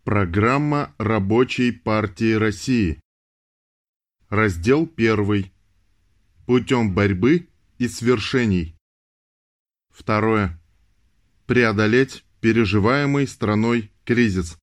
Программа Рабочей партии России. Раздел 1. Путем борьбы и свершений. 2. Преодолеть переживаемый страной кризис.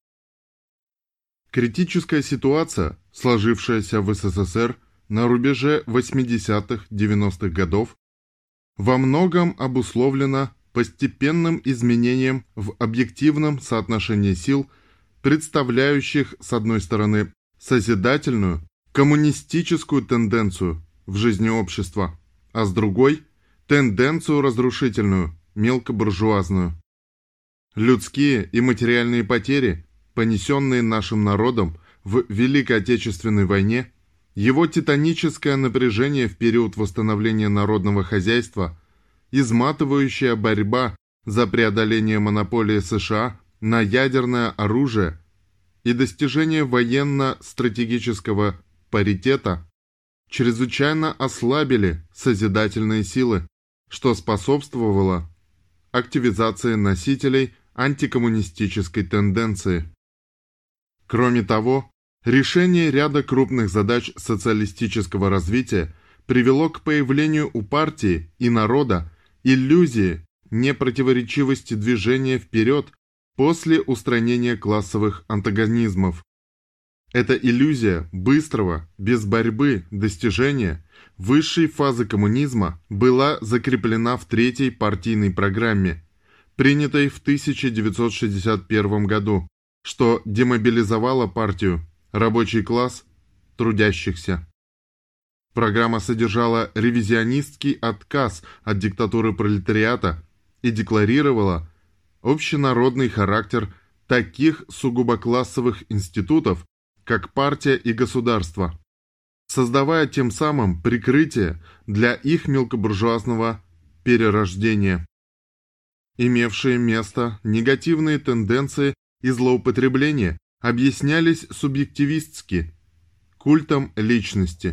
Критическая ситуация, сложившаяся в СССР на рубеже 80-х-90-х годов, во многом обусловлена постепенным изменением в объективном соотношении сил, представляющих, с одной стороны, созидательную, коммунистическую тенденцию в жизни общества, а с другой – тенденцию разрушительную, мелкобуржуазную. Людские и материальные потери, понесенные нашим народом в Великой Отечественной войне, его титаническое напряжение в период восстановления народного хозяйства, изматывающая борьба за преодоление монополии США на ядерное оружие и достижение военно-стратегического паритета чрезвычайно ослабили созидательные силы, что способствовало активизации носителей антикоммунистической тенденции. Кроме того, решение ряда крупных задач социалистического развития привело к появлению у партии и народа иллюзии непротиворечивости движения вперед после устранения классовых антагонизмов. Эта иллюзия быстрого, без борьбы, достижения высшей фазы коммунизма была закреплена в третьей партийной программе, принятой в 1961 году, что демобилизовало партию, рабочий класс, трудящихся. Программа содержала ревизионистский отказ от диктатуры пролетариата и декларировала общенародный характер таких сугубо классовых институтов, как партия и государство, создавая тем самым прикрытие для их мелкобуржуазного перерождения. Имевшие место негативные тенденции и злоупотребления объяснялись субъективистски, культом личности.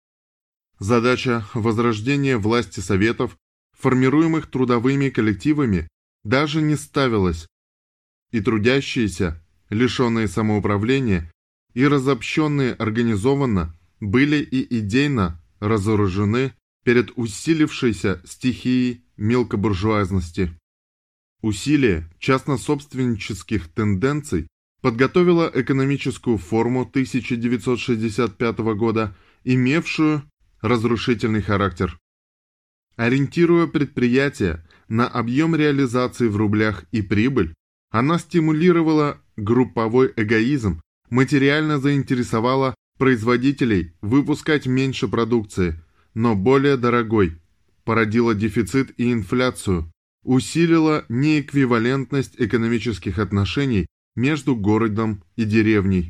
Задача возрождения власти советов, формируемых трудовыми коллективами, даже не ставилась, и трудящиеся, лишенные самоуправления и разобщенные организованно, были и идейно разоружены перед усилившейся стихией мелкобуржуазности. Усилие частнособственнических тенденций подготовило экономическую форму 1965 года, имевшую разрушительный характер. Ориентируя предприятия на объем реализации в рублях и прибыль, она стимулировала групповой эгоизм, материально заинтересовала производителей выпускать меньше продукции, но более дорогой, породила дефицит и инфляцию, усилила неэквивалентность экономических отношений между городом и деревней.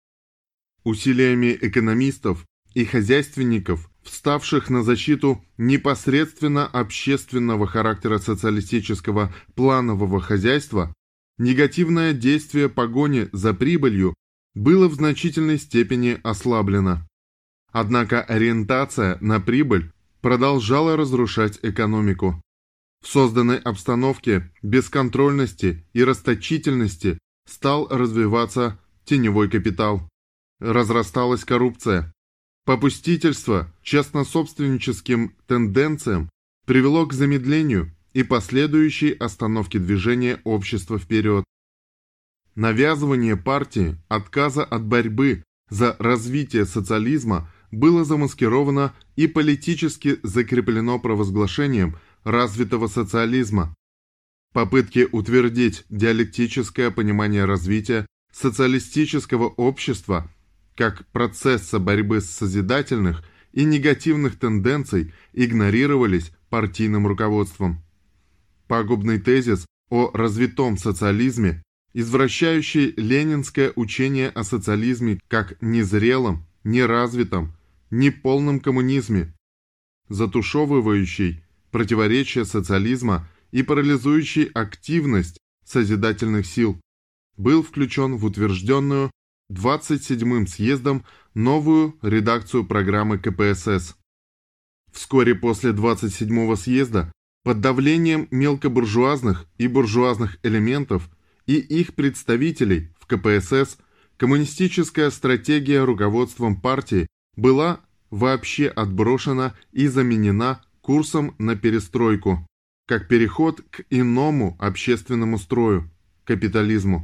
Усилиями экономистов и хозяйственников, вставших на защиту непосредственно общественного характера социалистического планового хозяйства, негативное действие погони за прибылью было в значительной степени ослаблено. Однако ориентация на прибыль продолжала разрушать экономику. В созданной обстановке бесконтрольности и расточительности стал развиваться теневой капитал. Разрасталась коррупция. Попустительство частнособственническим тенденциям привело к замедлению и последующей остановке движения общества вперед. Навязывание партии отказа от борьбы за развитие социализма было замаскировано и политически закреплено провозглашением развитого социализма. Попытки утвердить диалектическое понимание развития социалистического общества как процесса борьбы с созидательных и негативных тенденций игнорировались партийным руководством. Пагубный тезис о развитом социализме, извращающий ленинское учение о социализме как незрелом, неразвитом, неполном коммунизме, затушевывающий противоречия социализма и парализующий активность созидательных сил, был включен в утвержденную 27-м съездом новую редакцию программы КПСС. Вскоре после 27-го съезда под давлением мелкобуржуазных и буржуазных элементов и их представителей в КПСС коммунистическая стратегия руководством партии была вообще отброшена и заменена курсом на перестройку, как переход к иному общественному строю – капитализму.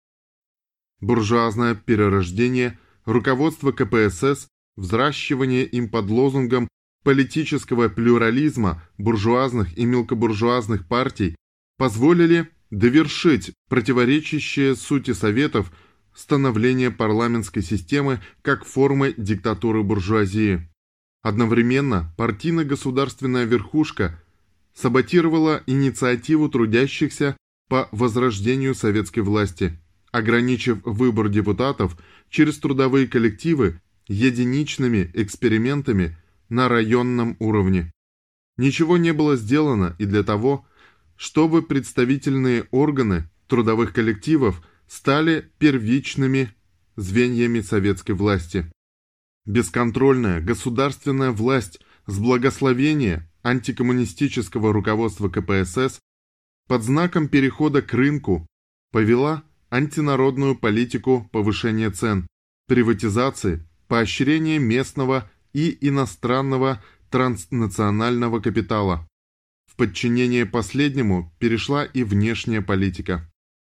Буржуазное перерождение руководства КПСС, взращивание им под лозунгом политического плюрализма буржуазных и мелкобуржуазных партий позволили довершить противоречащее сути Советов становление парламентской системы как формы диктатуры буржуазии. Одновременно партийно-государственная верхушка саботировала инициативу трудящихся по возрождению советской власти, ограничив выбор депутатов через трудовые коллективы единичными экспериментами на районном уровне. Ничего не было сделано и для того, чтобы представительные органы трудовых коллективов стали первичными звеньями советской власти. Бесконтрольная государственная власть с благословения антикоммунистического руководства КПСС под знаком перехода к рынку повела антинародную политику повышения цен, приватизации, поощрения местного и иностранного транснационального капитала. В подчинение последнему перешла и внешняя политика.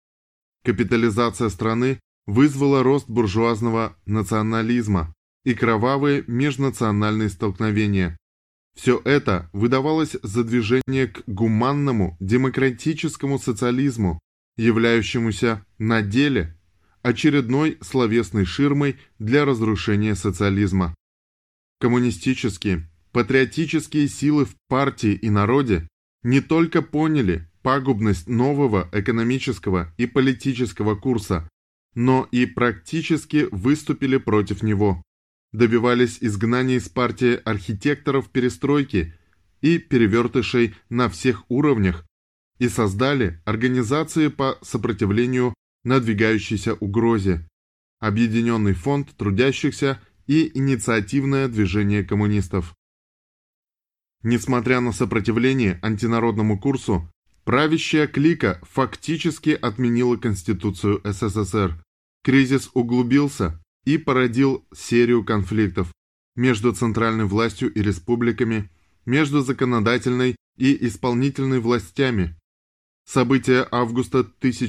Капитализация страны вызвала рост буржуазного национализма и кровавые межнациональные столкновения. Все это выдавалось за движение к гуманному демократическому социализму, являющемуся на деле очередной словесной ширмой для разрушения социализма. Коммунистические, патриотические силы в партии и народе не только поняли пагубность нового экономического и политического курса, но и практически выступили против него, добивались изгнания из партии архитекторов перестройки и перевертышей на всех уровнях и создали организации по сопротивлению надвигающейся угрозе, Объединенный фонд трудящихся и Инициативное движение коммунистов. Несмотря на сопротивление антинародному курсу, правящая клика фактически отменила Конституцию СССР. Кризис углубился и породил серию конфликтов между центральной властью и республиками, между законодательной и исполнительной властями. События августа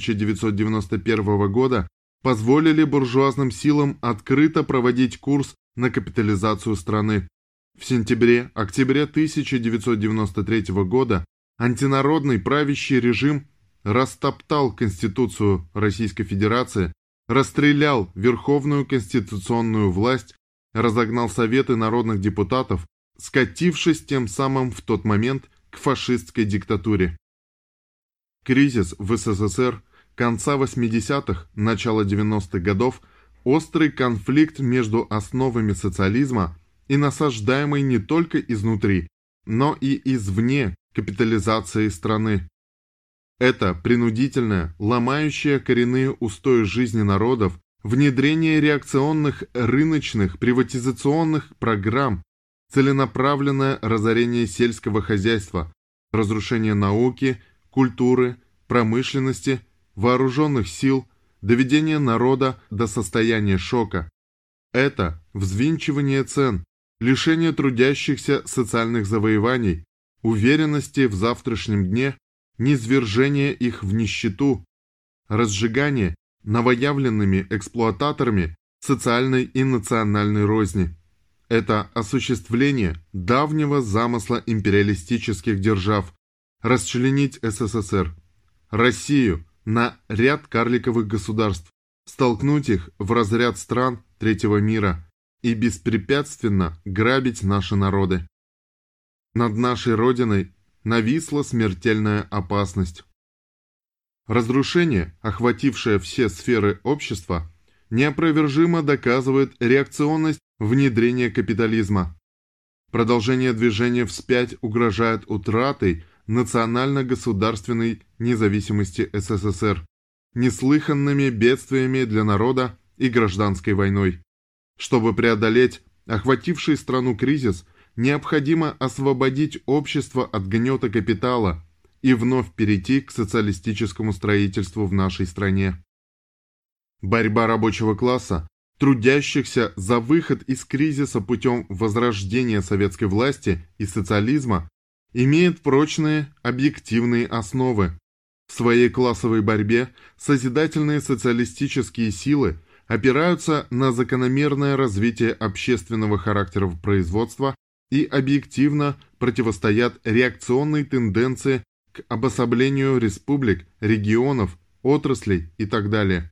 1991 года позволили буржуазным силам открыто проводить курс на капитализацию страны. В сентябре-октябре 1993 года антинародный правящий режим растоптал Конституцию Российской Федерации, расстрелял Верховную конституционную власть, разогнал Советы народных депутатов, скатившись тем самым в тот момент к фашистской диктатуре. Кризис в СССР конца 80-х, начала 90-х годов, острый конфликт между основами социализма и насаждаемой не только изнутри, но и извне капитализацией страны. Это принудительное, ломающее коренные устои жизни народов, внедрение реакционных рыночных приватизационных программ, целенаправленное разорение сельского хозяйства, разрушение науки, культуры, промышленности, вооруженных сил, доведение народа до состояния шока. Это взвинчивание цен, лишение трудящихся социальных завоеваний, уверенности в завтрашнем дне, низвержение их в нищету, разжигание новоявленными эксплуататорами социальной и национальной розни. Это осуществление давнего замысла империалистических держав расчленить СССР, Россию на ряд карликовых государств, столкнуть их в разряд стран третьего мира и беспрепятственно грабить наши народы. Над нашей Родиной нависла смертельная опасность. Разрушение, охватившее все сферы общества, неопровержимо доказывает реакционность внедрения капитализма. Продолжение движения вспять угрожает утратой национально-государственной независимости СССР, неслыханными бедствиями для народа и гражданской войной. Чтобы преодолеть охвативший страну кризис, необходимо освободить общество от гнета капитала и вновь перейти к социалистическому строительству в нашей стране. Борьба рабочего класса, трудящихся за выход из кризиса путем возрождения советской власти и социализма, имеет прочные объективные основы. В своей классовой борьбе созидательные социалистические силы опираются на закономерное развитие общественного характера производства и объективно противостоят реакционной тенденции к обособлению республик, регионов, отраслей и так далее.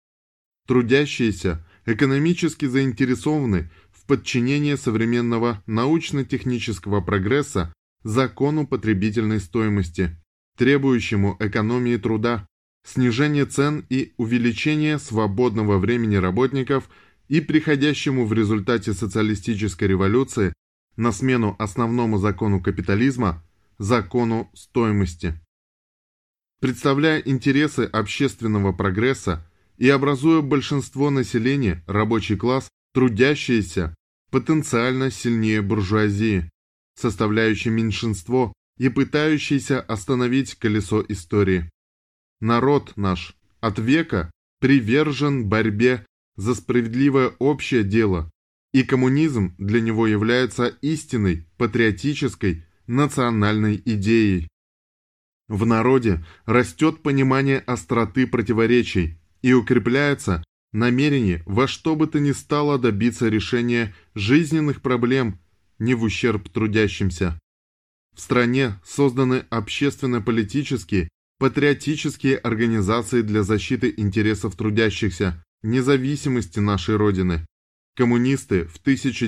Трудящиеся экономически заинтересованы в подчинении современного научно-технического прогресса закону потребительной стоимости, требующему экономии труда, снижения цен и увеличения свободного времени работников и приходящему в результате социалистической революции на смену основному закону капитализма – закону стоимости. Представляя интересы общественного прогресса и образуя большинство населения, рабочий класс, трудящиеся, потенциально сильнее буржуазии, составляющей меньшинство и пытающийся остановить колесо истории. Народ наш от века привержен борьбе за справедливое общее дело, и коммунизм для него является истинной, патриотической, национальной идеей. В народе растет понимание остроты противоречий и укрепляется намерение во что бы то ни стало добиться решения жизненных проблем не в ущерб трудящимся. В стране созданы общественно-политические, патриотические организации для защиты интересов трудящихся, независимости нашей Родины. Коммунисты в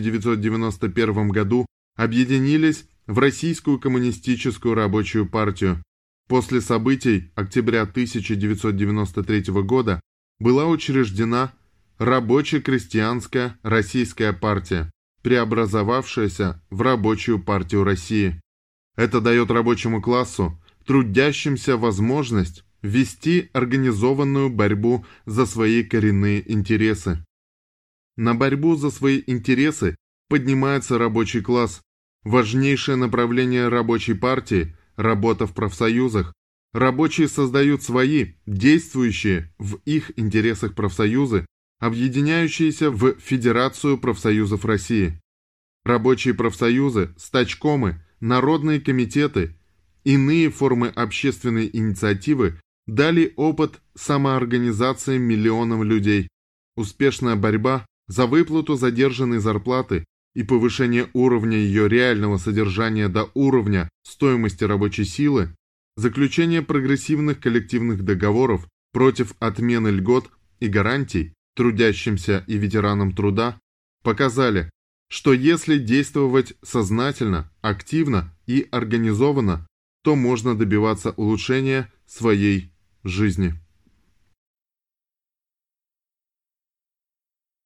1991 году объединились в Российскую коммунистическую рабочую партию. После событий октября 1993 года была учреждена Рабоче-крестьянская Российская партия, преобразовавшаяся в Рабочую партию России. Это дает рабочему классу, трудящимся возможность вести организованную борьбу за свои коренные интересы. На борьбу за свои интересы поднимается рабочий класс. Важнейшее направление рабочей партии – работа в профсоюзах. Рабочие создают свои, действующие в их интересах профсоюзы, объединяющиеся в Федерацию профсоюзов России. Рабочие профсоюзы, стачкомы, народные комитеты, иные формы общественной инициативы дали опыт самоорганизации миллионам людей. Успешная борьба за выплату задержанной зарплаты и повышение уровня ее реального содержания до уровня стоимости рабочей силы, заключение прогрессивных коллективных договоров против отмены льгот и гарантий трудящимся и ветеранам труда показали, что если действовать сознательно, активно и организованно, то можно добиваться улучшения своей жизни.